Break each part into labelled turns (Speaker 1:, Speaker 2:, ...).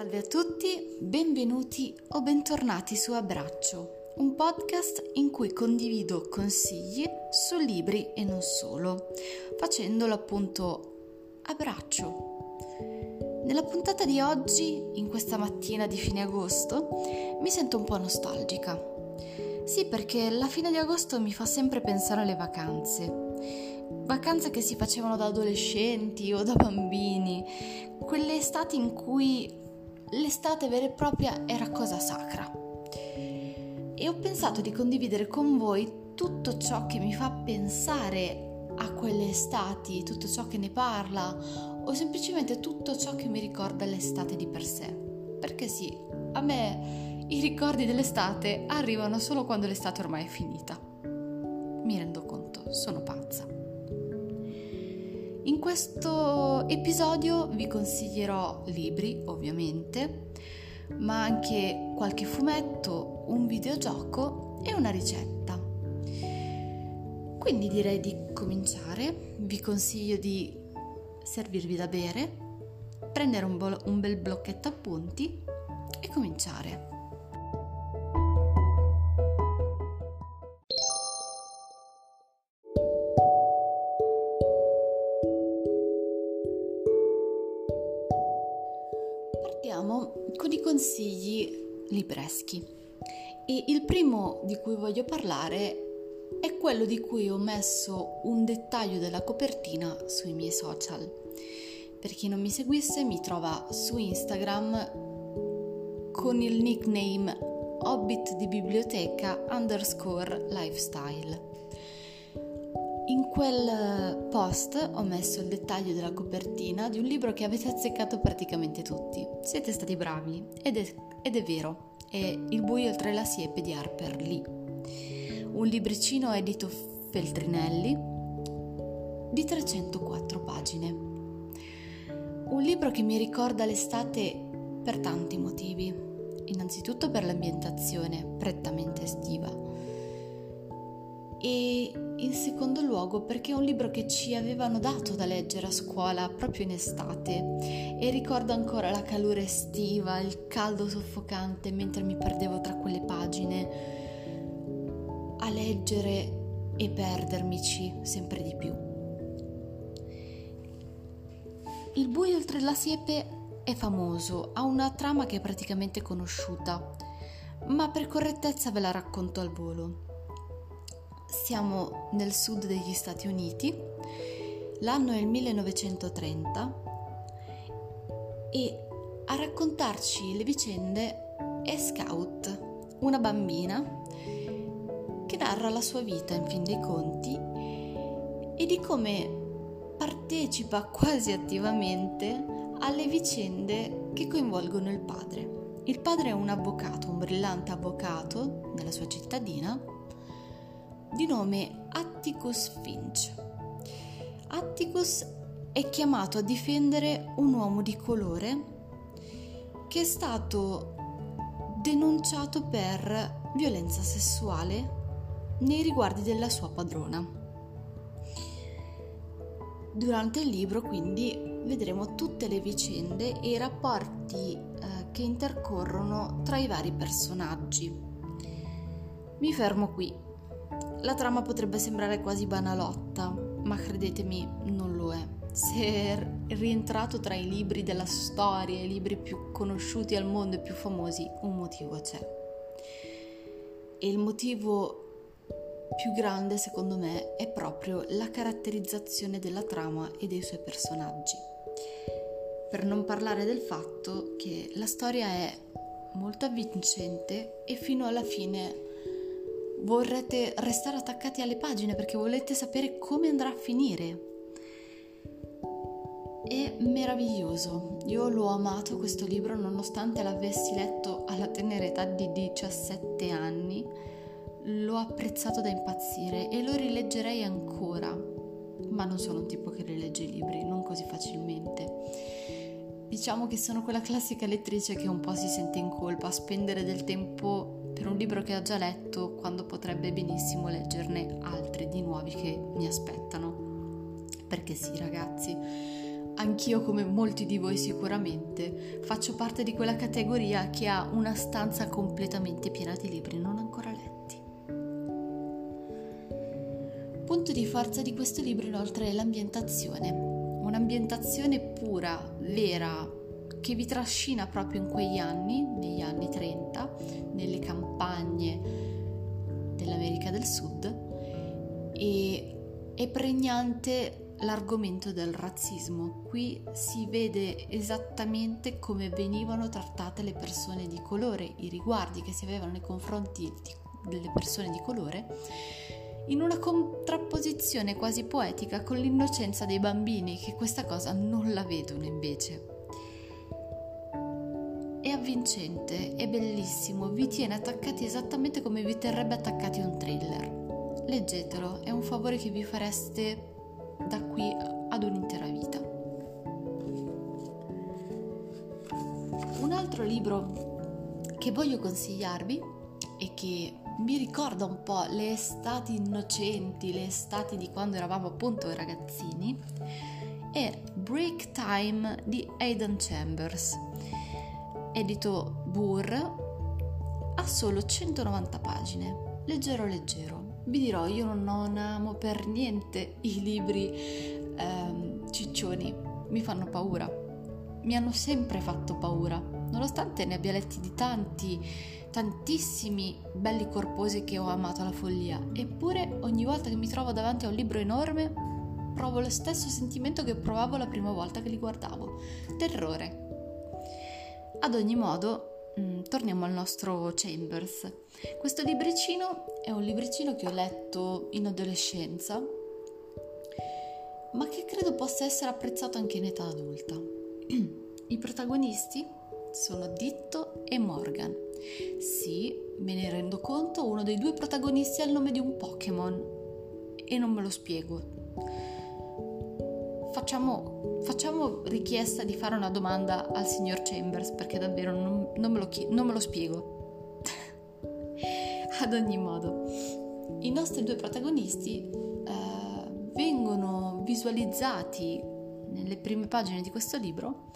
Speaker 1: Salve a tutti, benvenuti o bentornati su Abbraccio, un podcast in cui condivido consigli su libri e non solo, facendolo appunto a braccio. Nella puntata di oggi, in questa mattina di fine agosto, mi sento un po' nostalgica. Sì, perché la fine di agosto mi fa sempre pensare alle vacanze che si facevano da adolescenti o da bambini, quelle estati in cui l'estate vera e propria era cosa sacra. E ho pensato di condividere con voi tutto ciò che mi fa pensare a quelle estati, tutto ciò che ne parla o semplicemente tutto ciò che mi ricorda l'estate di per sé. Perché sì, a me i ricordi dell'estate arrivano solo quando l'estate ormai è finita. Mi rendo conto, sono pazza. In questo episodio vi consiglierò libri, ovviamente, ma anche qualche fumetto, un videogioco e una ricetta. Quindi direi di cominciare. Vi consiglio di servirvi da bere, prendere un bel blocchetto appunti e cominciare. Partiamo con i consigli libreschi e il primo di cui voglio parlare è quello di cui ho messo un dettaglio della copertina sui miei social. Per chi non mi seguisse, mi trova su Instagram con il nickname Hobbit di Biblioteca _lifestyle. In quel post ho messo il dettaglio della copertina di un libro che avete azzeccato praticamente tutti. Siete stati bravi ed è vero, è Il buio oltre la siepe di Harper Lee, un libricino edito Feltrinelli di 304 pagine. Un libro che mi ricorda l'estate per tanti motivi. Innanzitutto per l'ambientazione prettamente estiva e in secondo luogo perché è un libro che ci avevano dato da leggere a scuola proprio in estate e ricordo ancora la calore estiva, il caldo soffocante mentre mi perdevo tra quelle pagine a leggere e perdermici sempre di più. Il buio oltre la siepe è famoso, ha una trama che è praticamente conosciuta, ma per correttezza ve la racconto al volo. Siamo nel sud degli Stati Uniti, l'anno è il 1930 e a raccontarci le vicende è Scout, una bambina che narra la sua vita in fin dei conti e di come partecipa quasi attivamente alle vicende che coinvolgono il padre. Il padre è un avvocato, un brillante avvocato nella sua cittadina di nome Atticus Finch. Atticus è chiamato a difendere un uomo di colore che è stato denunciato per violenza sessuale nei riguardi della sua padrona. Durante il libro quindi vedremo tutte le vicende e i rapporti che intercorrono tra i vari personaggi. Mi fermo qui. La trama potrebbe sembrare quasi banalotta, ma credetemi, non lo è. Se è rientrato tra i libri della storia, i libri più conosciuti al mondo e più famosi, un motivo c'è. E il motivo più grande, secondo me, è proprio la caratterizzazione della trama e dei suoi personaggi. Per non parlare del fatto che la storia è molto avvincente e fino alla fine vorrete restare attaccati alle pagine perché volete sapere come andrà a finire. È meraviglioso. Io l'ho amato questo libro nonostante l'avessi letto alla tenera età di 17 anni. L'ho apprezzato da impazzire e lo rileggerei ancora, ma non sono un tipo che rilegge i libri, non così facilmente. Diciamo che sono quella classica lettrice che un po' si sente in colpa a spendere del tempo per un libro che ha già letto quando potrebbe benissimo leggerne altri di nuovi che mi aspettano. Perché sì, ragazzi, anch'io, come molti di voi sicuramente, faccio parte di quella categoria che ha una stanza completamente piena di libri non ancora letti. Punto di forza di questo libro inoltre è l'ambientazione, un'ambientazione pura, vera, che vi trascina proprio in quegli anni, negli anni 30, nelle campagne dell'America del Sud, e è pregnante l'argomento del razzismo. Qui si vede esattamente come venivano trattate le persone di colore, i riguardi che si avevano nei confronti delle persone di colore, in una contrapposizione quasi poetica con l'innocenza dei bambini, che questa cosa non la vedono invece. È avvincente, è bellissimo, vi tiene attaccati esattamente come vi terrebbe attaccati un thriller. Leggetelo, è un favore che vi fareste da qui ad un'intera vita. Un altro libro che voglio consigliarvi e che mi ricorda un po' le estati innocenti, le estati di quando eravamo appunto ragazzini, è Break Time di Aidan Chambers, edito Burr, ha solo 190 pagine, leggero. Vi dirò, io non amo per niente i libri ciccioni, mi fanno paura, mi hanno sempre fatto paura, nonostante ne abbia letti di tantissimi belli corposi che ho amato alla follia. Eppure ogni volta che mi trovo davanti a un libro enorme provo lo stesso sentimento che provavo la prima volta che li guardavo: terrore. Ad ogni modo, torniamo al nostro Chambers. Questo libricino è un libricino che ho letto in adolescenza, ma che credo possa essere apprezzato anche in età adulta. I protagonisti sono Ditto e Morgan. Sì, me ne rendo conto, uno dei due protagonisti ha il nome di un Pokémon e non me lo spiego. Facciamo richiesta di fare una domanda al signor Chambers, perché davvero non me lo spiego. Ad ogni modo, i nostri due protagonisti vengono visualizzati nelle prime pagine di questo libro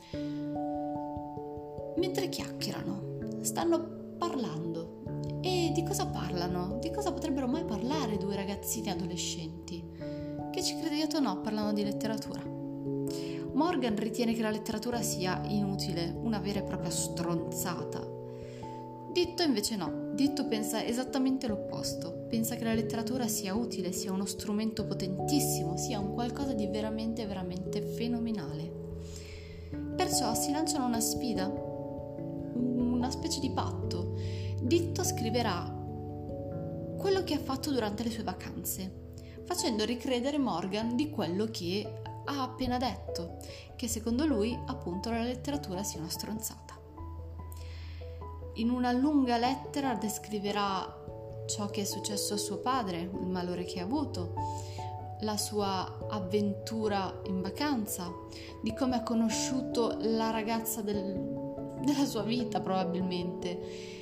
Speaker 1: mentre chiacchierano, stanno parlando. E di cosa parlano? Di cosa potrebbero mai parlare due ragazzini adolescenti? Che ci crediate o no, parlano di letteratura. Morgan ritiene che la letteratura sia inutile, una vera e propria stronzata. Ditto invece no, Ditto pensa esattamente l'opposto, pensa che la letteratura sia utile, sia uno strumento potentissimo, sia un qualcosa di veramente, veramente fenomenale. Perciò si lanciano una sfida, una specie di patto. Ditto scriverà quello che ha fatto durante le sue vacanze, facendo ricredere Morgan di quello che ha appena detto, che secondo lui appunto la letteratura sia una stronzata. In una lunga lettera descriverà ciò che è successo a suo padre, il malore che ha avuto, la sua avventura in vacanza, di come ha conosciuto la ragazza della sua vita probabilmente,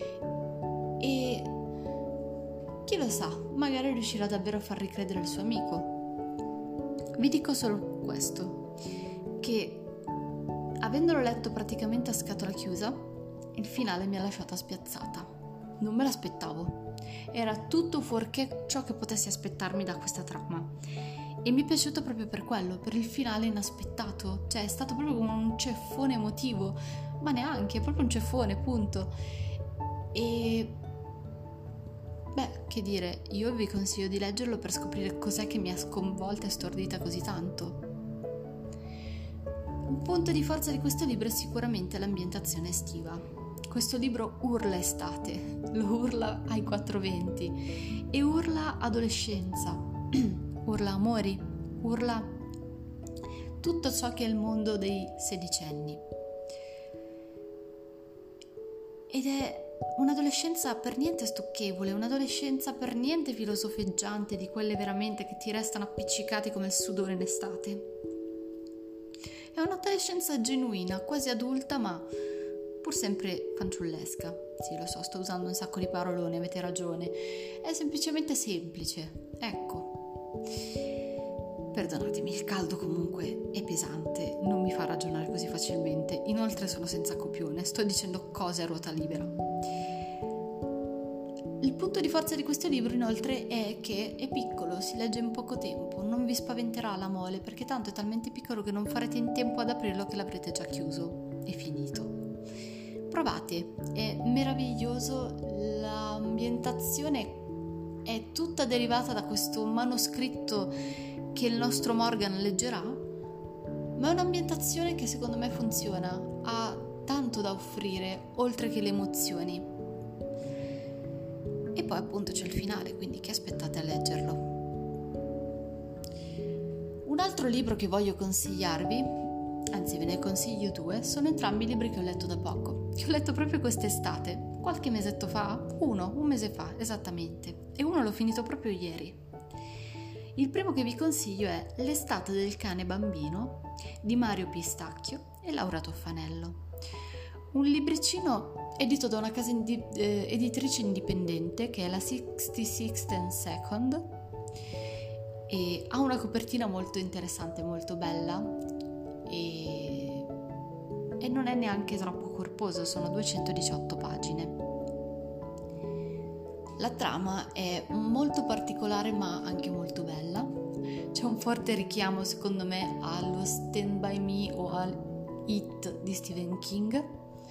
Speaker 1: e chi lo sa, magari riuscirà davvero a far ricredere il suo amico. Vi dico solo questo, che avendolo letto praticamente a scatola chiusa, il finale mi ha lasciata spiazzata. Non me l'aspettavo. Era tutto fuorché ciò che potessi aspettarmi da questa trama. E mi è piaciuto proprio per quello, per il finale inaspettato. Cioè, è stato proprio come un ceffone emotivo, ma neanche, è proprio un ceffone, punto. E beh, che dire, io vi consiglio di leggerlo per scoprire cos'è che mi ha sconvolta e stordita così tanto. Un punto di forza di questo libro è sicuramente l'ambientazione estiva. Questo libro urla estate, lo urla ai 420 e urla adolescenza, urla amori, urla tutto ciò che è il mondo dei sedicenni. Ed è un'adolescenza per niente stucchevole, un'adolescenza per niente filosofeggiante, di quelle veramente che ti restano appiccicati come il sudore in estate. È un'adolescenza genuina, quasi adulta, ma pur sempre fanciullesca. Sì, lo so, sto usando un sacco di paroloni, avete ragione. È semplicemente semplice, ecco. Perdonatemi, il caldo comunque è pesante, non mi fa ragionare così facilmente. Inoltre sono senza copione, sto dicendo cose a ruota libera. Il punto di forza di questo libro inoltre è che è piccolo, si legge in poco tempo, non vi spaventerà la mole perché tanto è talmente piccolo che non farete in tempo ad aprirlo che l'avrete già chiuso e finito. Provate, è meraviglioso, l'ambientazione è tutta derivata da questo manoscritto che il nostro Morgan leggerà, ma è un'ambientazione che secondo me funziona, ha tanto da offrire oltre che le emozioni. E poi appunto c'è il finale, quindi che aspettate a leggerlo. Un altro libro che voglio consigliarvi, anzi ve ne consiglio due, sono entrambi libri che ho letto da poco, che ho letto proprio quest'estate, qualche mesetto fa, un mese fa esattamente, e uno l'ho finito proprio ieri. Il primo che vi consiglio è L'estate del cane bambino di Mario Pistacchio e Laura Toffanello. Un libricino edito da una casa editrice indipendente che è la 66th and Second e ha una copertina molto interessante, molto bella e non è neanche troppo corposo, sono 218 pagine. La trama è molto particolare ma anche molto bella. C'è un forte richiamo secondo me allo Stand By Me o al It di Stephen King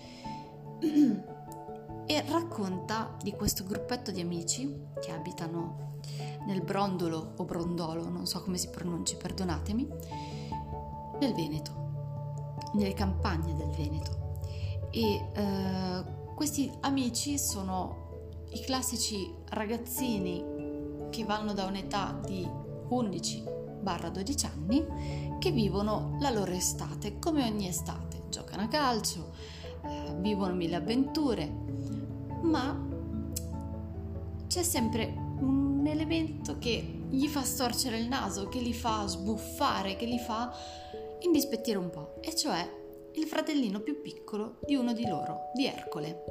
Speaker 1: e racconta di questo gruppetto di amici che abitano nel Brondolo o Brondolo, non so come si pronunci, perdonatemi, nel Veneto, nelle campagne del Veneto e questi amici sono i classici ragazzini che vanno da un'età di 11-12 anni che vivono la loro estate come ogni estate, giocano a calcio, vivono mille avventure, ma c'è sempre un elemento che gli fa storcere il naso, che li fa sbuffare, che li fa indispettire un po', e cioè il fratellino più piccolo di uno di loro, di Ercole.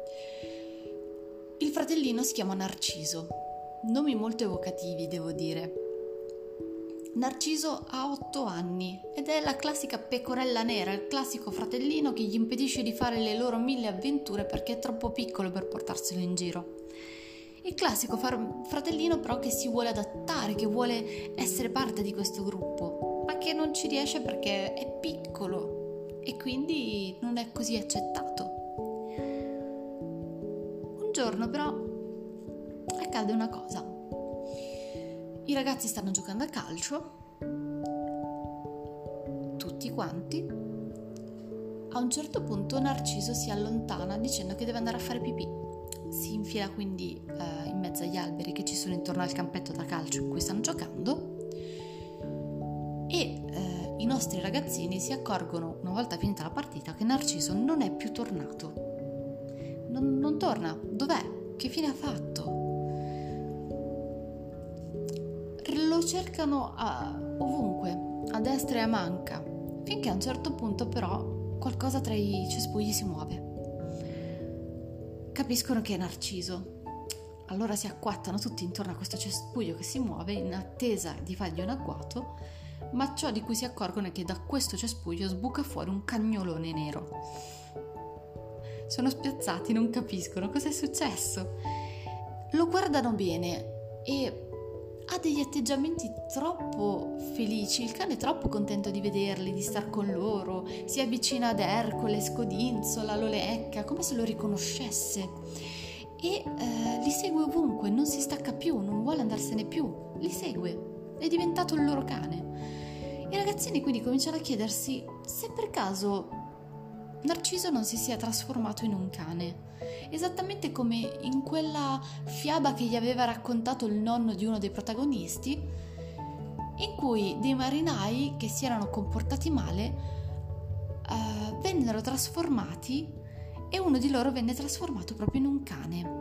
Speaker 1: Il fratellino si chiama Narciso, nomi molto evocativi devo dire. Narciso ha 8 anni ed è la classica pecorella nera, il classico fratellino che gli impedisce di fare le loro 1000 avventure perché è troppo piccolo per portarselo in giro. Il classico fratellino però che si vuole adattare, che vuole essere parte di questo gruppo, ma che non ci riesce perché è piccolo e quindi non è così accettato. Un giorno però accade una cosa. I ragazzi stanno giocando a calcio, tutti quanti. A un certo punto Narciso si allontana dicendo che deve andare a fare pipì. Si infila quindi in mezzo agli alberi che ci sono intorno al campetto da calcio in cui stanno giocando e i nostri ragazzini si accorgono, una volta finita la partita, che Narciso non è più tornato. Non torna. Dov'è? Che fine ha fatto? Lo cercano ovunque, a destra e a manca, finché a un certo punto però qualcosa tra i cespugli si muove. Capiscono che è Narciso, allora si acquattano tutti intorno a questo cespuglio che si muove in attesa di fargli un agguato, ma ciò di cui si accorgono è che da questo cespuglio sbuca fuori un cagnolone nero. Sono spiazzati, non capiscono cosa è successo. Lo guardano bene e ha degli atteggiamenti troppo felici, il cane è troppo contento di vederli, di star con loro, si avvicina ad Ercole, scodinzola, lo lecca, come se lo riconoscesse e li segue ovunque, non si stacca più, non vuole andarsene più, li segue, è diventato il loro cane. I ragazzini quindi cominciano a chiedersi se per caso Narciso non si sia trasformato in un cane, esattamente come in quella fiaba che gli aveva raccontato il nonno di uno dei protagonisti, in cui dei marinai che si erano comportati male vennero trasformati e uno di loro venne trasformato proprio in un cane.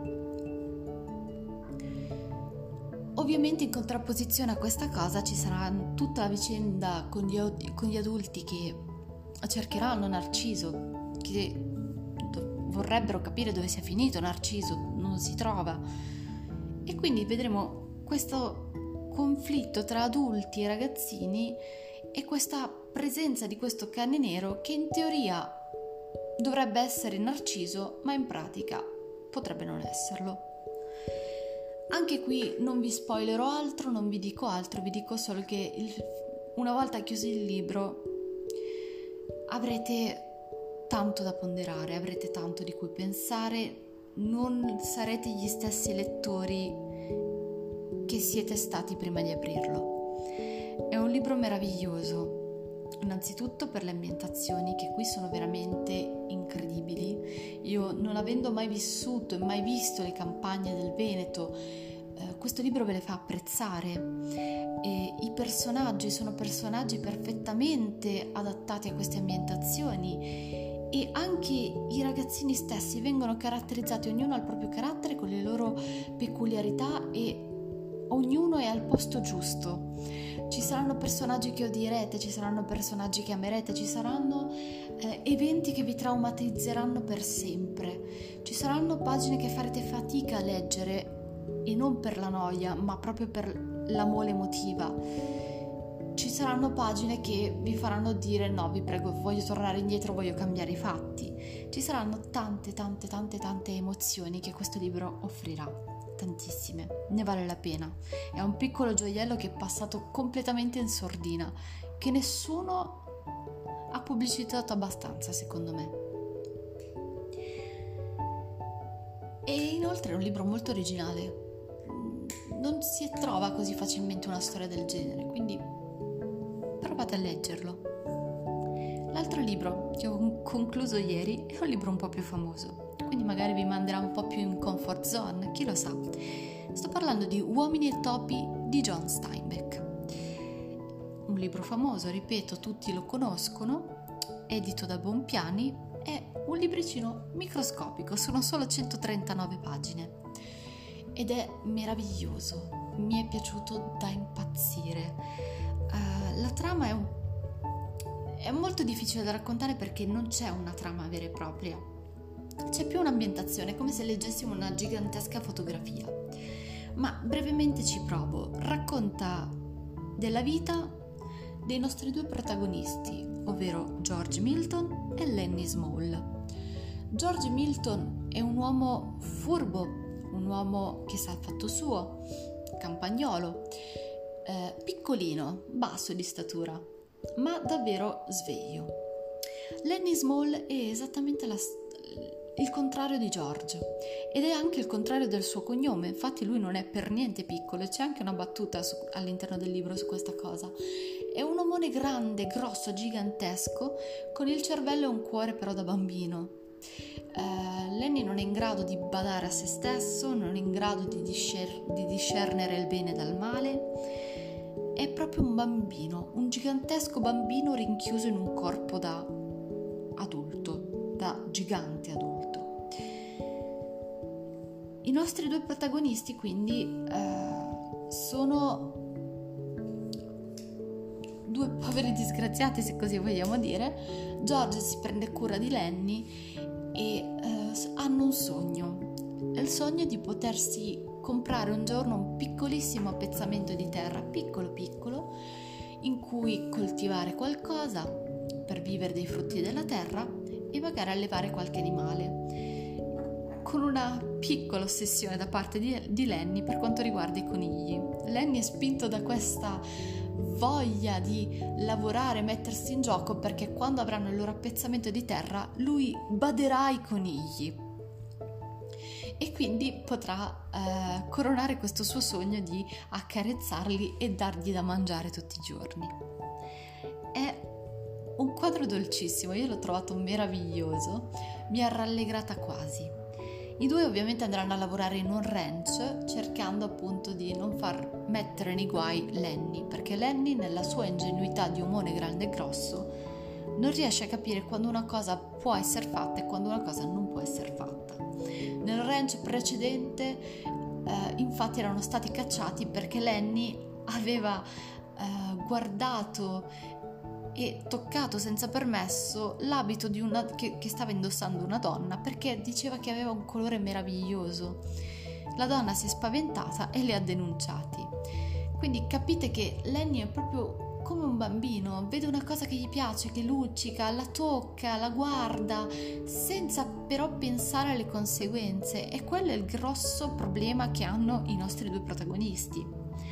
Speaker 1: Ovviamente in contrapposizione a questa cosa ci sarà tutta la vicenda con gli adulti che cercheranno Narciso, che vorrebbero capire dove sia finito Narciso, non si trova, e quindi vedremo questo conflitto tra adulti e ragazzini e questa presenza di questo cane nero che in teoria dovrebbe essere Narciso, ma in pratica potrebbe non esserlo. Anche qui non vi spoilerò altro, non vi dico altro, vi dico solo che una volta chiuso il libro avrete tanto da ponderare, avrete tanto di cui pensare, non sarete gli stessi lettori che siete stati prima di aprirlo. È un libro meraviglioso, innanzitutto per le ambientazioni che qui sono veramente incredibili. Io, non avendo mai vissuto e mai visto le campagne del Veneto, questo libro ve le fa apprezzare, e i personaggi sono personaggi perfettamente adattati a queste ambientazioni, e anche i ragazzini stessi vengono caratterizzati, ognuno ha il proprio carattere con le loro peculiarità e ognuno è al posto giusto. Ci saranno personaggi che odierete, ci saranno personaggi che amerete, ci saranno eventi che vi traumatizzeranno per sempre, ci saranno pagine che farete fatica a leggere, e non per la noia, ma proprio per la mole emotiva. Ci saranno pagine che vi faranno dire no, vi prego, voglio tornare indietro, voglio cambiare i fatti. Ci saranno tante emozioni che questo libro offrirà, tantissime, ne vale la pena. È un piccolo gioiello che è passato completamente in sordina, che nessuno ha pubblicizzato abbastanza, secondo me. E inoltre è un libro molto originale, non si trova così facilmente una storia del genere, quindi provate a leggerlo. L'altro libro che ho concluso ieri è un libro un po' più famoso, quindi magari vi manderà un po' più in comfort zone, chi lo sa. Sto parlando di Uomini e topi di John Steinbeck. Un libro famoso, ripeto, tutti lo conoscono, edito da Bonpiani, è un libricino microscopico, sono solo 139 pagine ed è meraviglioso, mi è piaciuto da impazzire. La trama è molto difficile da raccontare perché non c'è una trama vera e propria, c'è più un'ambientazione, come se leggessimo una gigantesca fotografia. Ma brevemente ci provo. Racconta della vita dei nostri due protagonisti, ovvero George Milton e Lenny Small. George Milton è un uomo furbo, un uomo che sa il fatto suo, campagnolo, piccolino, basso di statura, ma davvero sveglio. Lenny Small è esattamente il contrario di George ed è anche il contrario del suo cognome, infatti lui non è per niente piccolo e c'è anche una battuta all'interno del libro su questa cosa. È un omone grande, grosso, gigantesco, con il cervello e un cuore però da bambino. Lenny non è in grado di badare a se stesso, non è in grado di discernere il bene dal male, è proprio un bambino, un gigantesco bambino rinchiuso in un corpo da adulto, da gigante adulto. I nostri due protagonisti quindi sono due poveri disgraziati, se così vogliamo dire. George si prende cura di Lenny e hanno un sogno. È il sogno di potersi comprare un giorno un piccolissimo pezzamento di terra, piccolo piccolo, in cui coltivare qualcosa per vivere dei frutti della terra e magari allevare qualche animale, con una piccola ossessione da parte di Lenny per quanto riguarda i conigli. Lenny è spinto da questa voglia di lavorare, mettersi in gioco, perché quando avranno il loro appezzamento di terra lui baderà ai conigli e quindi potrà coronare questo suo sogno di accarezzarli e dargli da mangiare tutti i giorni. È un quadro dolcissimo, io l'ho trovato meraviglioso, mi ha rallegrata quasi. I due ovviamente andranno a lavorare in un ranch cercando appunto di non far mettere nei guai Lenny, perché Lenny, nella sua ingenuità di omone grande e grosso, non riesce a capire quando una cosa può essere fatta e quando una cosa non può essere fatta. Nel ranch precedente infatti erano stati cacciati perché Lenny aveva guardato e toccato senza permesso l'abito che stava indossando una donna, perché diceva che aveva un colore meraviglioso. La donna si è spaventata e li ha denunciati. Quindi capite che Lenny è proprio come un bambino, vede una cosa che gli piace, che luccica, la tocca, la guarda, senza però pensare alle conseguenze, e quello è il grosso problema che hanno i nostri due protagonisti.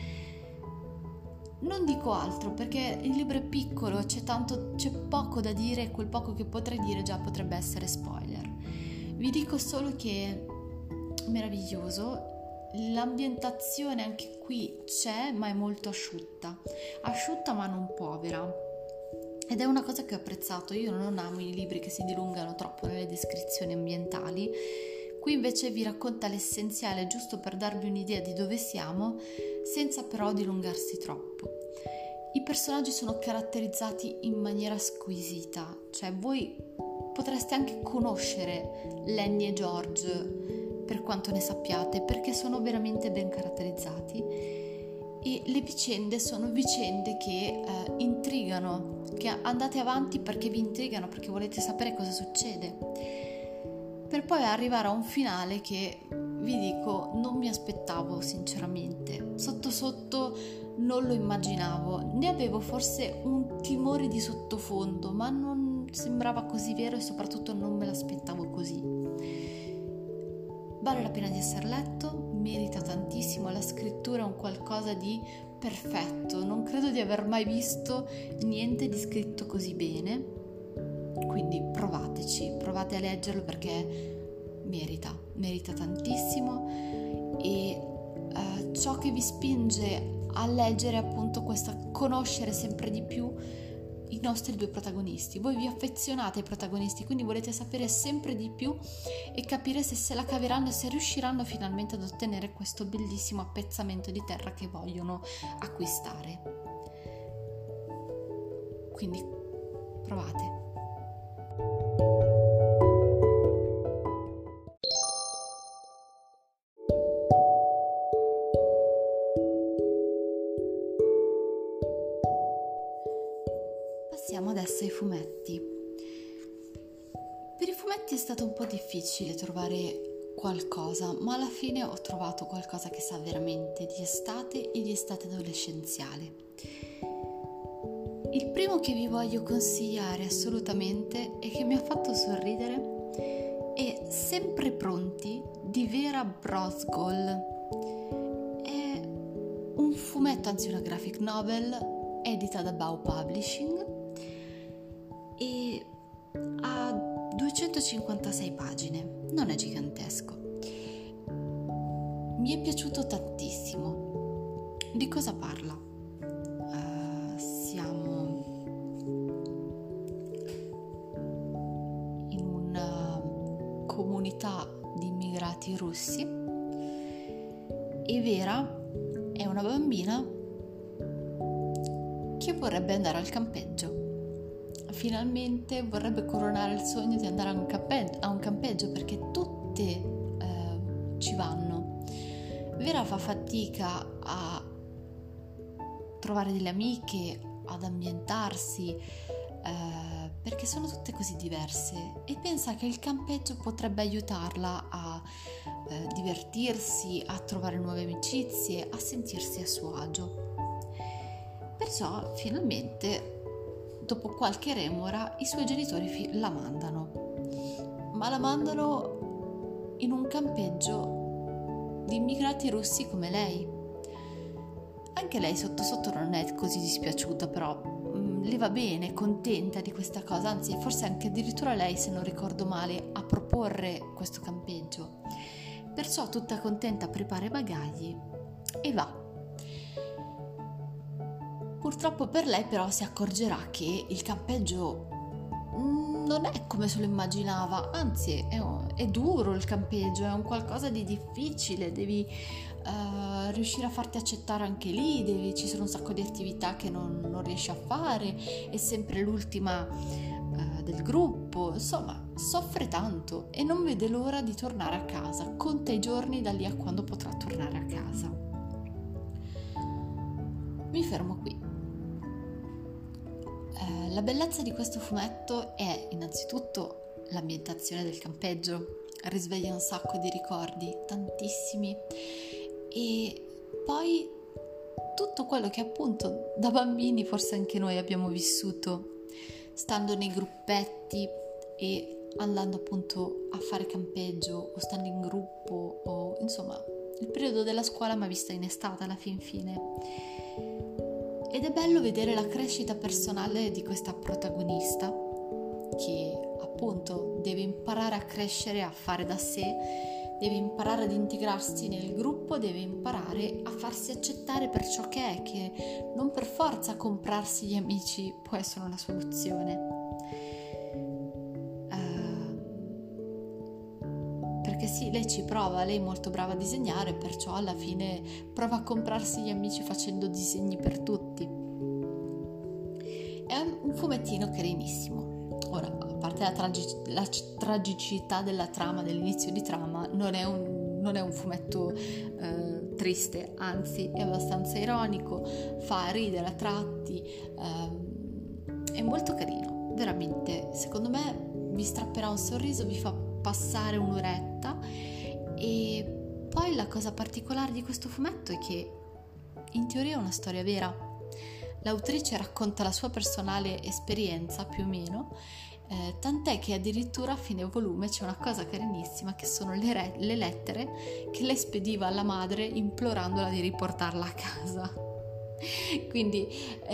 Speaker 1: Non dico altro perché il libro è piccolo, c'è poco da dire, e quel poco che potrei dire già potrebbe essere spoiler. Vi dico solo che è meraviglioso. L'ambientazione anche qui c'è, ma è molto asciutta ma non povera, ed è una cosa che ho apprezzato. Io non amo i libri che si dilungano troppo nelle descrizioni ambientali. Qui invece vi racconta l'essenziale giusto per darvi un'idea di dove siamo, senza però dilungarsi troppo. I personaggi sono caratterizzati in maniera squisita, cioè voi potreste anche conoscere Lenny e George per quanto ne sappiate, perché sono veramente ben caratterizzati, e le vicende sono vicende che intrigano, che andate avanti perché vi intrigano, perché volete sapere cosa succede, per poi arrivare a un finale che vi dico non mi aspettavo sinceramente. Sotto sotto non lo immaginavo, ne avevo forse un timore di sottofondo, ma non sembrava così vero, e soprattutto non me l'aspettavo così. Vale la pena di essere letto, merita tantissimo, la scrittura è un qualcosa di perfetto, non credo di aver mai visto niente di scritto così bene, quindi provate a leggerlo perché merita tantissimo, e ciò che vi spinge a leggere è appunto questa conoscere sempre di più i nostri due protagonisti. Voi vi affezionate ai protagonisti, quindi volete sapere sempre di più e capire se la caveranno e se riusciranno finalmente ad ottenere questo bellissimo appezzamento di terra che vogliono acquistare. Quindi provate. Passiamo adesso ai fumetti. Per i fumetti è stato un po' difficile trovare qualcosa, ma alla fine ho trovato qualcosa che sa veramente di estate e di estate adolescenziale. Il primo che vi voglio consigliare assolutamente e che mi ha fatto sorridere è Sempre pronti di Vera Brosgol. È un fumetto, anzi una graphic novel edita da Bow Publishing e ha 256 pagine, non è gigantesco. Mi è piaciuto tantissimo. Di cosa parla? Siamo in una comunità di immigrati russi e Vera è una bambina che vorrebbe andare al campeggio. Finalmente vorrebbe coronare il sogno di andare a un campeggio perché tutte ci vanno. Vera fa fatica a trovare delle amiche, ad ambientarsi, perché sono tutte così diverse, e pensa che il campeggio potrebbe aiutarla a divertirsi, a trovare nuove amicizie, a sentirsi a suo agio. Perciò finalmente, dopo qualche remora, i suoi genitori la mandano, ma la mandano in un campeggio di immigrati russi come lei. Anche lei sotto sotto non è così dispiaciuta, però le va bene, è contenta di questa cosa, anzi forse anche addirittura lei, se non ricordo male, a proporre questo campeggio. Perciò tutta contenta prepara i bagagli e va. Purtroppo per lei però si accorgerà che il campeggio non è come se lo immaginava, anzi è duro il campeggio, è un qualcosa di difficile, devi riuscire a farti accettare anche lì, ci sono un sacco di attività che non riesci a fare, è sempre l'ultima del gruppo, insomma soffre tanto e non vede l'ora di tornare a casa, conta i giorni da lì a quando potrà tornare a casa. Mi fermo qui. La bellezza di questo fumetto è innanzitutto l'ambientazione del campeggio, risveglia un sacco di ricordi, tantissimi, e poi tutto quello che appunto da bambini forse anche noi abbiamo vissuto, stando nei gruppetti e andando appunto a fare campeggio o stando in gruppo, o insomma il periodo della scuola mi ha vista in estate alla fin fine. Ed è bello vedere la crescita personale di questa protagonista che appunto deve imparare a crescere, a fare da sé, deve imparare ad integrarsi nel gruppo, deve imparare a farsi accettare per ciò che non per forza comprarsi gli amici può essere una soluzione. Perché sì, lei ci prova, lei è molto brava a disegnare, perciò alla fine prova a comprarsi gli amici facendo disegni per tutti. È un fumettino carinissimo. Ora, a parte la tragicità della trama, dell'inizio di trama, non è un fumetto triste, anzi è abbastanza ironico, fa ridere a tratti, è molto carino, veramente. Secondo me vi strapperà un sorriso, vi fa passare un'oretta. E poi la cosa particolare di questo fumetto è che in teoria è una storia vera. L'autrice racconta la sua personale esperienza più o meno, tant'è che addirittura a fine volume c'è una cosa carinissima che sono le lettere che lei spediva alla madre implorandola di riportarla a casa. Quindi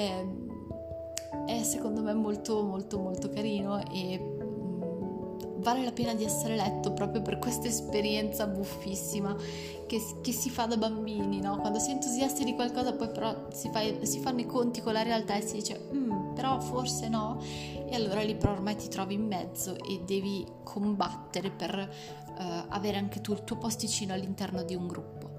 Speaker 1: è secondo me molto molto molto carino e vale la pena di essere letto proprio per questa esperienza buffissima che si fa da bambini, no? Quando si è entusiasti di qualcosa poi però si fanno i conti con la realtà e si dice però forse no, e allora lì però ormai ti trovi in mezzo e devi combattere per avere anche tu il tuo posticino all'interno di un gruppo.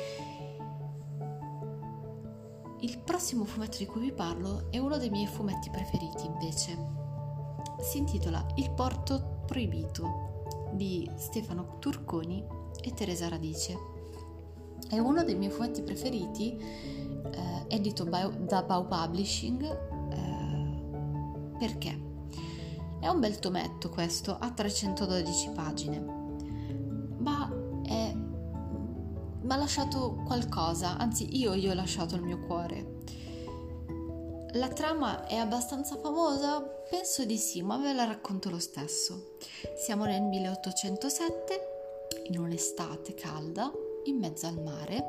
Speaker 1: Il prossimo fumetto di cui vi parlo è uno dei miei fumetti preferiti invece. Si intitola Il porto proibito di Stefano Turconi e Teresa Radice. È uno dei miei fumetti preferiti, edito da Bau Publishing, perché è un bel tometto questo, ha 312 pagine, ma mi ha lasciato qualcosa, anzi io gli ho lasciato il mio cuore. La trama è abbastanza famosa? Penso di sì, ma ve la racconto lo stesso. Siamo nel 1807, in un'estate calda, in mezzo al mare,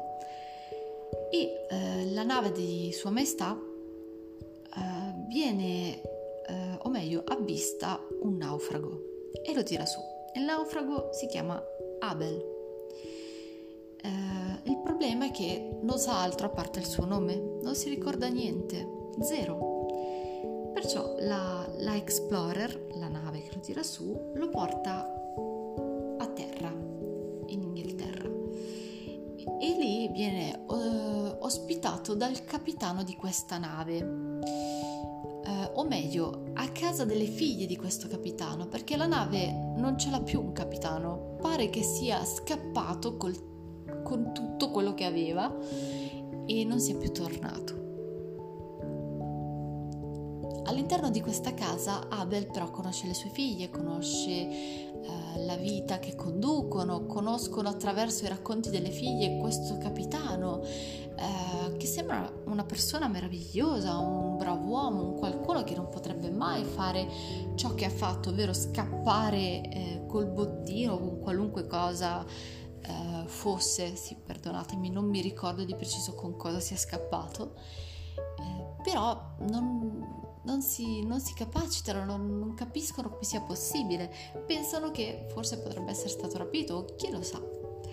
Speaker 1: e la nave di Sua Maestà viene, o meglio, avvista un naufrago e lo tira su. Il naufrago si chiama Abel. Il problema è che non sa altro a parte il suo nome, non si ricorda niente. Zero. Perciò la Explorer, la nave che lo tira su, lo porta a terra in Inghilterra e lì viene ospitato dal capitano di questa nave, o meglio a casa delle figlie di questo capitano, perché la nave non ce l'ha più un capitano, pare che sia scappato con tutto quello che aveva e non sia più tornato. All'interno di questa casa Abel però conosce le sue figlie, conosce la vita che conducono, conoscono attraverso i racconti delle figlie questo capitano che sembra una persona meravigliosa, un bravo uomo, un qualcuno che non potrebbe mai fare ciò che ha fatto, ovvero scappare col bottino o con qualunque cosa fosse. Sì, perdonatemi, non mi ricordo di preciso con cosa sia scappato, però non si capacitano, non capiscono come sia possibile, pensano che forse potrebbe essere stato rapito, chi lo sa.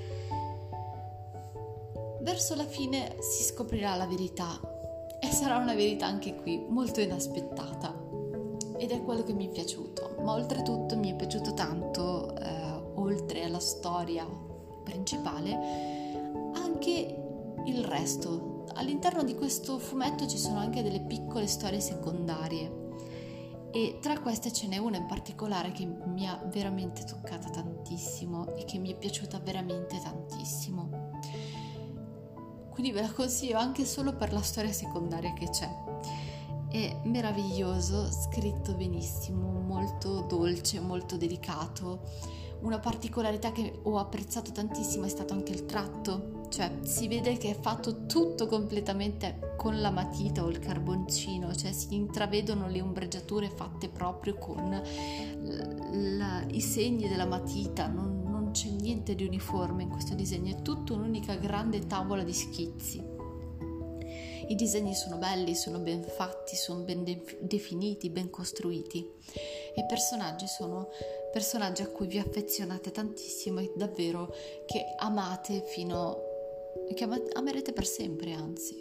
Speaker 1: Verso la fine si scoprirà la verità e sarà una verità anche qui molto inaspettata ed è quello che mi è piaciuto, ma oltretutto mi è piaciuto tanto, oltre alla storia principale, anche il resto. All'interno di questo fumetto ci sono anche delle piccole storie secondarie e tra queste ce n'è una in particolare che mi ha veramente toccata tantissimo e che mi è piaciuta veramente tantissimo. Quindi ve la consiglio anche solo per la storia secondaria che c'è. È meraviglioso, scritto benissimo, molto dolce, molto delicato. Una particolarità che ho apprezzato tantissimo è stato anche il tratto. cioè si vede che è fatto tutto completamente con la matita o il carboncino, cioè si intravedono le ombreggiature fatte proprio con i segni della matita, non c'è niente di uniforme in questo disegno, è tutta un'unica grande tavola di schizzi. I disegni sono belli, sono ben fatti, sono ben definiti, ben costruiti. I personaggi sono personaggi a cui vi affezionate tantissimo e davvero che amate che amerete per sempre, anzi.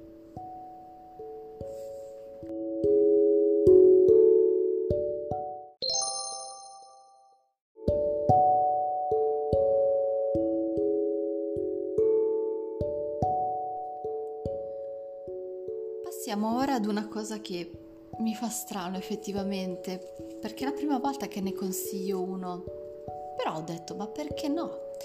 Speaker 1: Passiamo ora ad una cosa che mi fa strano effettivamente, perché è la prima volta che ne consiglio uno, però ho detto, ma perché no?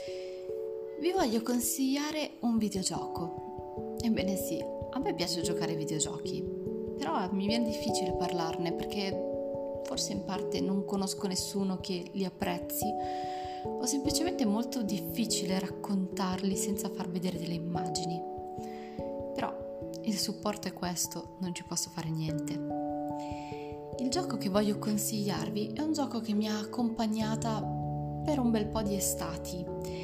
Speaker 1: Vi voglio consigliare un videogioco. Ebbene sì, a me piace giocare ai videogiochi, però mi viene difficile parlarne perché forse in parte non conosco nessuno che li apprezzi o semplicemente è molto difficile raccontarli senza far vedere delle immagini. Però il supporto è questo, non ci posso fare niente. Il gioco che voglio consigliarvi è un gioco che mi ha accompagnata per un bel po' di estati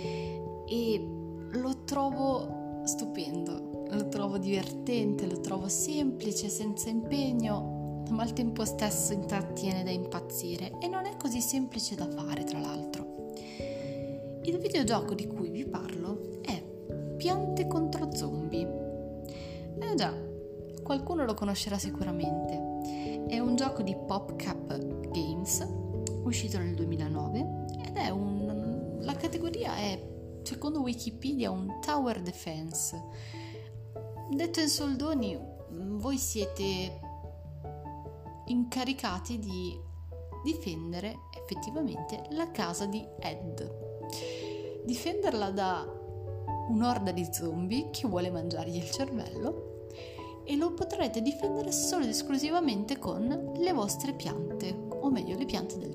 Speaker 1: e lo trovo stupendo, lo trovo divertente, lo trovo semplice, senza impegno, ma al tempo stesso intrattiene da impazzire e non è così semplice da fare, tra l'altro. Il videogioco di cui vi parlo è Piante contro Zombie. Già, qualcuno lo conoscerà sicuramente. È un gioco di PopCap Games, uscito nel 2009, ed è la categoria è, secondo Wikipedia, un tower defense. Detto in soldoni, voi siete incaricati di difendere effettivamente la casa di Ed. Difenderla da un'orda di zombie che vuole mangiargli il cervello, e lo potrete difendere solo ed esclusivamente con le vostre piante, o meglio le piante del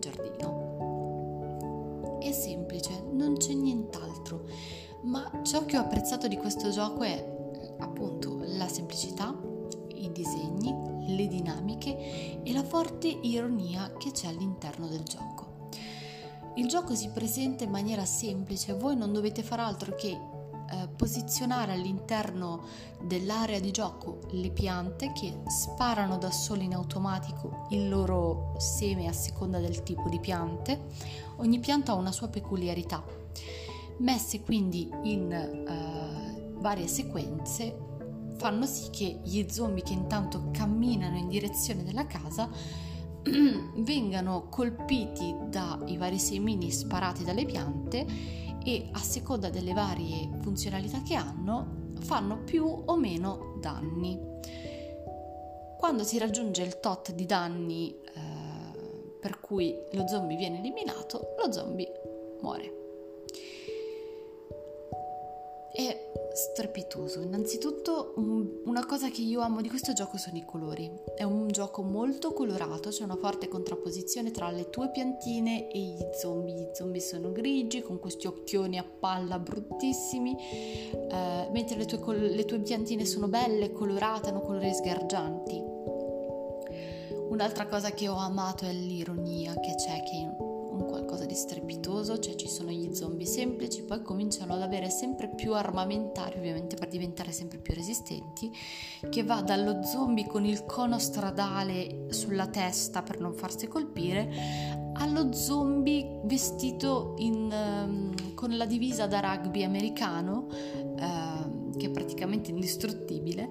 Speaker 1: giardino. È semplice, non c'è nient'altro, ma ciò che ho apprezzato di questo gioco è appunto la semplicità, i disegni, le dinamiche e la forte ironia che c'è all'interno del gioco. Il gioco si presenta in maniera semplice, voi non dovete fare altro che posizionare all'interno dell'area di gioco le piante che sparano da sole in automatico il loro seme a seconda del tipo di piante. Ogni pianta ha una sua peculiarità, messe quindi in varie sequenze fanno sì che gli zombie che intanto camminano in direzione della casa vengano colpiti dai vari semini sparati dalle piante e a seconda delle varie funzionalità che hanno fanno più o meno danni. Quando si raggiunge il tot di danni per cui lo zombie viene eliminato, lo zombie muore. È strepitoso. Innanzitutto una cosa che io amo di questo gioco sono i colori. È un gioco molto colorato, c'è una forte contrapposizione tra le tue piantine e gli zombie. Gli zombie sono grigi con questi occhioni a palla bruttissimi, mentre le tue piantine sono belle, colorate, hanno colori sgargianti. Un'altra cosa che ho amato è l'ironia che c'è, che è un qualcosa di strepitoso, cioè ci sono gli zombie semplici, poi cominciano ad avere sempre più armamentari, ovviamente per diventare sempre più resistenti, che va dallo zombie con il cono stradale sulla testa per non farsi colpire, allo zombie vestito con la divisa da rugby americano, che è praticamente indistruttibile,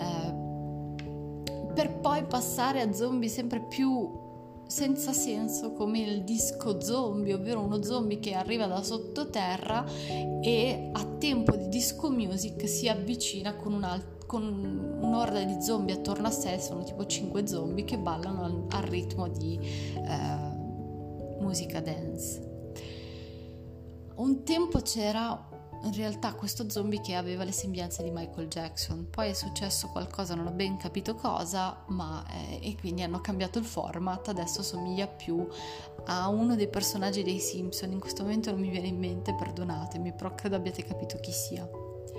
Speaker 1: per poi passare a zombie sempre più senza senso come il disco zombie, ovvero uno zombie che arriva da sottoterra e a tempo di disco music si avvicina con un'orda di zombie attorno a sé, sono tipo 5 zombie che ballano al ritmo di musica dance. Un tempo c'era in realtà questo zombie che aveva le sembianze di Michael Jackson, poi è successo qualcosa, non ho ben capito cosa, e quindi hanno cambiato il format, adesso somiglia più a uno dei personaggi dei Simpson. In questo momento non mi viene in mente, perdonatemi, però credo abbiate capito chi sia.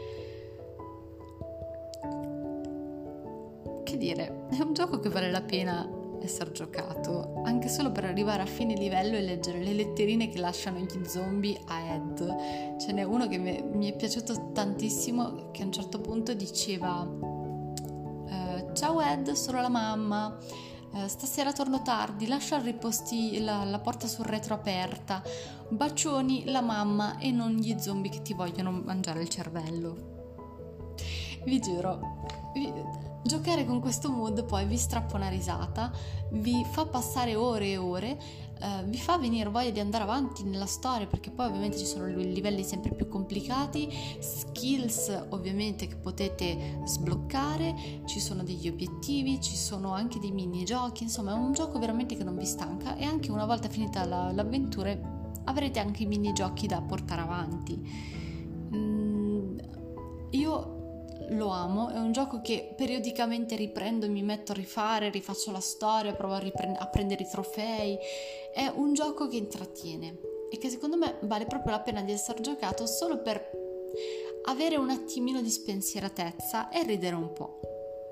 Speaker 1: dire, è un gioco che vale la pena essere giocato, anche solo per arrivare a fine livello e leggere le letterine che lasciano gli zombie a Ed. Ce n'è uno che mi è piaciuto tantissimo, che a un certo punto diceva: ciao Ed, sono la mamma, stasera torno tardi, lascia il la porta sul retro aperta, bacioni la mamma e non gli zombie che ti vogliono mangiare il cervello. Vi giuro, giocare con questo mood poi vi strappa una risata, vi fa passare ore e ore, vi fa venire voglia di andare avanti nella storia, perché poi ovviamente ci sono livelli sempre più complicati, skills ovviamente che potete sbloccare, ci sono degli obiettivi, ci sono anche dei minigiochi, insomma è un gioco veramente che non vi stanca, e anche una volta finita l'avventura avrete anche i minigiochi da portare avanti. Io lo amo, è un gioco che periodicamente riprendo e mi metto a rifaccio la storia, provo a prendere i trofei. È un gioco che intrattiene e che secondo me vale proprio la pena di essere giocato solo per avere un attimino di spensieratezza e ridere un po'.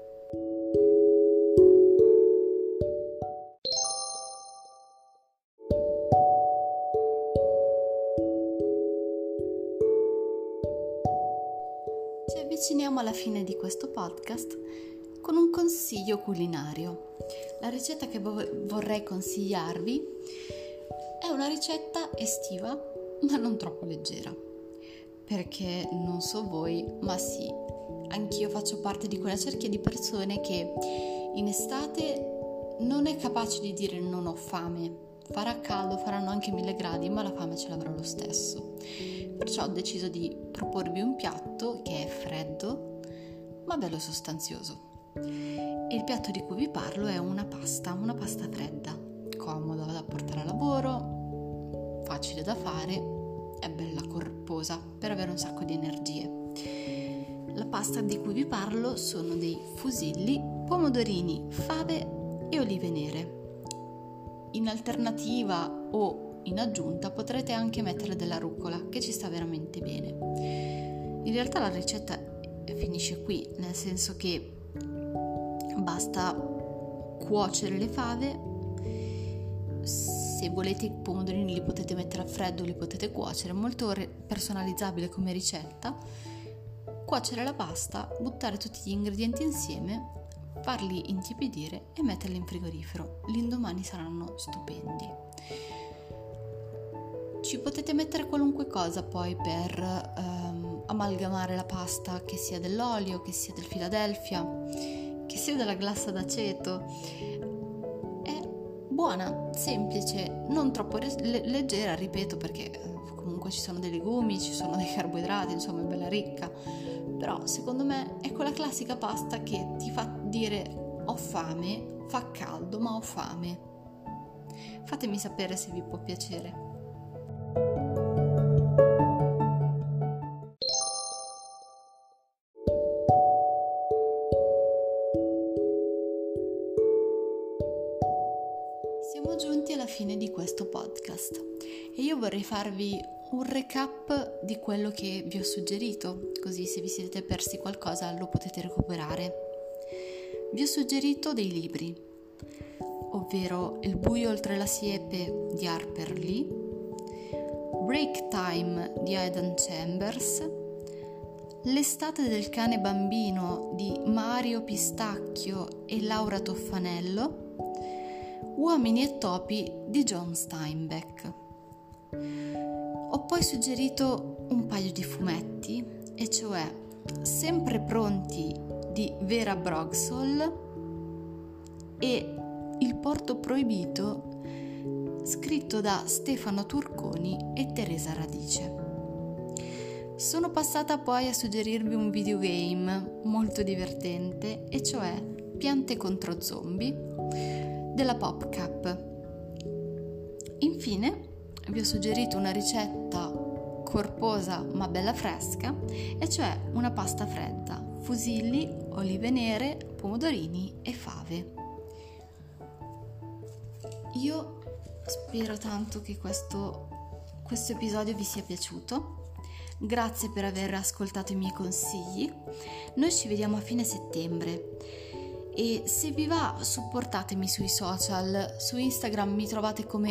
Speaker 1: Ci avviciniamo alla fine di questo podcast con un consiglio culinario. La ricetta che vorrei consigliarvi è una ricetta estiva, ma non troppo leggera, perché non so voi, ma sì, anch'io faccio parte di quella cerchia di persone che in estate non è capace di dire non ho fame. Farà caldo, faranno anche 1000 gradi, ma la fame ce l'avrò lo stesso. Perciò ho deciso di proporvi un piatto che è freddo, ma bello sostanzioso. E il piatto di cui vi parlo è una pasta fredda, comoda da portare a lavoro, facile da fare, è bella corposa per avere un sacco di energie. La pasta di cui vi parlo sono dei fusilli, pomodorini, fave e olive nere. In alternativa o in aggiunta potrete anche mettere della rucola, che ci sta veramente bene. In realtà la ricetta finisce qui, nel senso che basta cuocere le fave. Se volete i pomodorini li potete mettere a freddo, li potete cuocere, molto personalizzabile come ricetta. Cuocere la pasta, buttare tutti gli ingredienti insieme, farli intiepidire e metterli in frigorifero. L'indomani saranno stupendi. Ci potete mettere qualunque cosa poi per amalgamare la pasta, che sia dell'olio, che sia del Philadelphia, che sia della glassa d'aceto. È buona, semplice, non troppo leggera, ripeto, perché comunque ci sono dei legumi, ci sono dei carboidrati, insomma è bella ricca. Però secondo me è quella classica pasta che ti fa dire ho fame, fa caldo ma ho fame. Fatemi sapere se vi può piacere. Siamo giunti alla fine di questo podcast e io vorrei farvi un recap di quello che vi ho suggerito, così se vi siete persi qualcosa lo potete recuperare. Vi ho suggerito dei libri, ovvero Il buio oltre la siepe di Harper Lee, Break Time di Aidan Chambers, L'estate del cane bambino di Mario Pistacchio e Laura Toffanello, Uomini e topi di John Steinbeck. Ho poi suggerito un paio di fumetti, e cioè Sempre pronti di Vera Brogsol e Il porto proibito scritto da Stefano Turconi e Teresa Radice. Sono passata poi a suggerirvi un videogame molto divertente, e cioè Piante contro zombie della PopCap. Infine vi ho suggerito una ricetta corposa ma bella fresca, e cioè una pasta fredda, fusilli, olive nere, pomodorini e fave. Io spero tanto che questo episodio vi sia piaciuto. Grazie per aver ascoltato i miei consigli. Noi ci vediamo a fine settembre E se vi va, supportatemi sui social. Su Instagram mi trovate come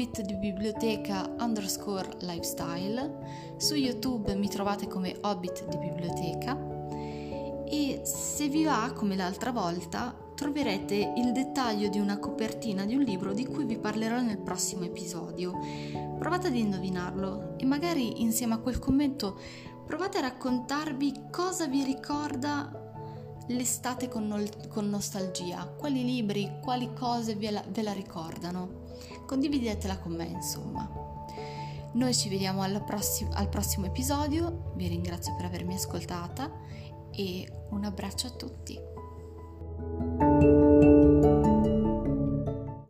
Speaker 1: hobbitdibiblioteca_lifestyle, su YouTube mi trovate come Hobbit di Biblioteca, e se vi va, come l'altra volta, troverete il dettaglio di una copertina di un libro di cui vi parlerò nel prossimo episodio. Provate ad indovinarlo e magari insieme a quel commento provate a raccontarvi cosa vi ricorda l'estate con nostalgia, quali libri, quali cose ve la ricordano. Condividetela con me, insomma. Noi ci vediamo al prossimo episodio, vi ringrazio per avermi ascoltata e un abbraccio a tutti.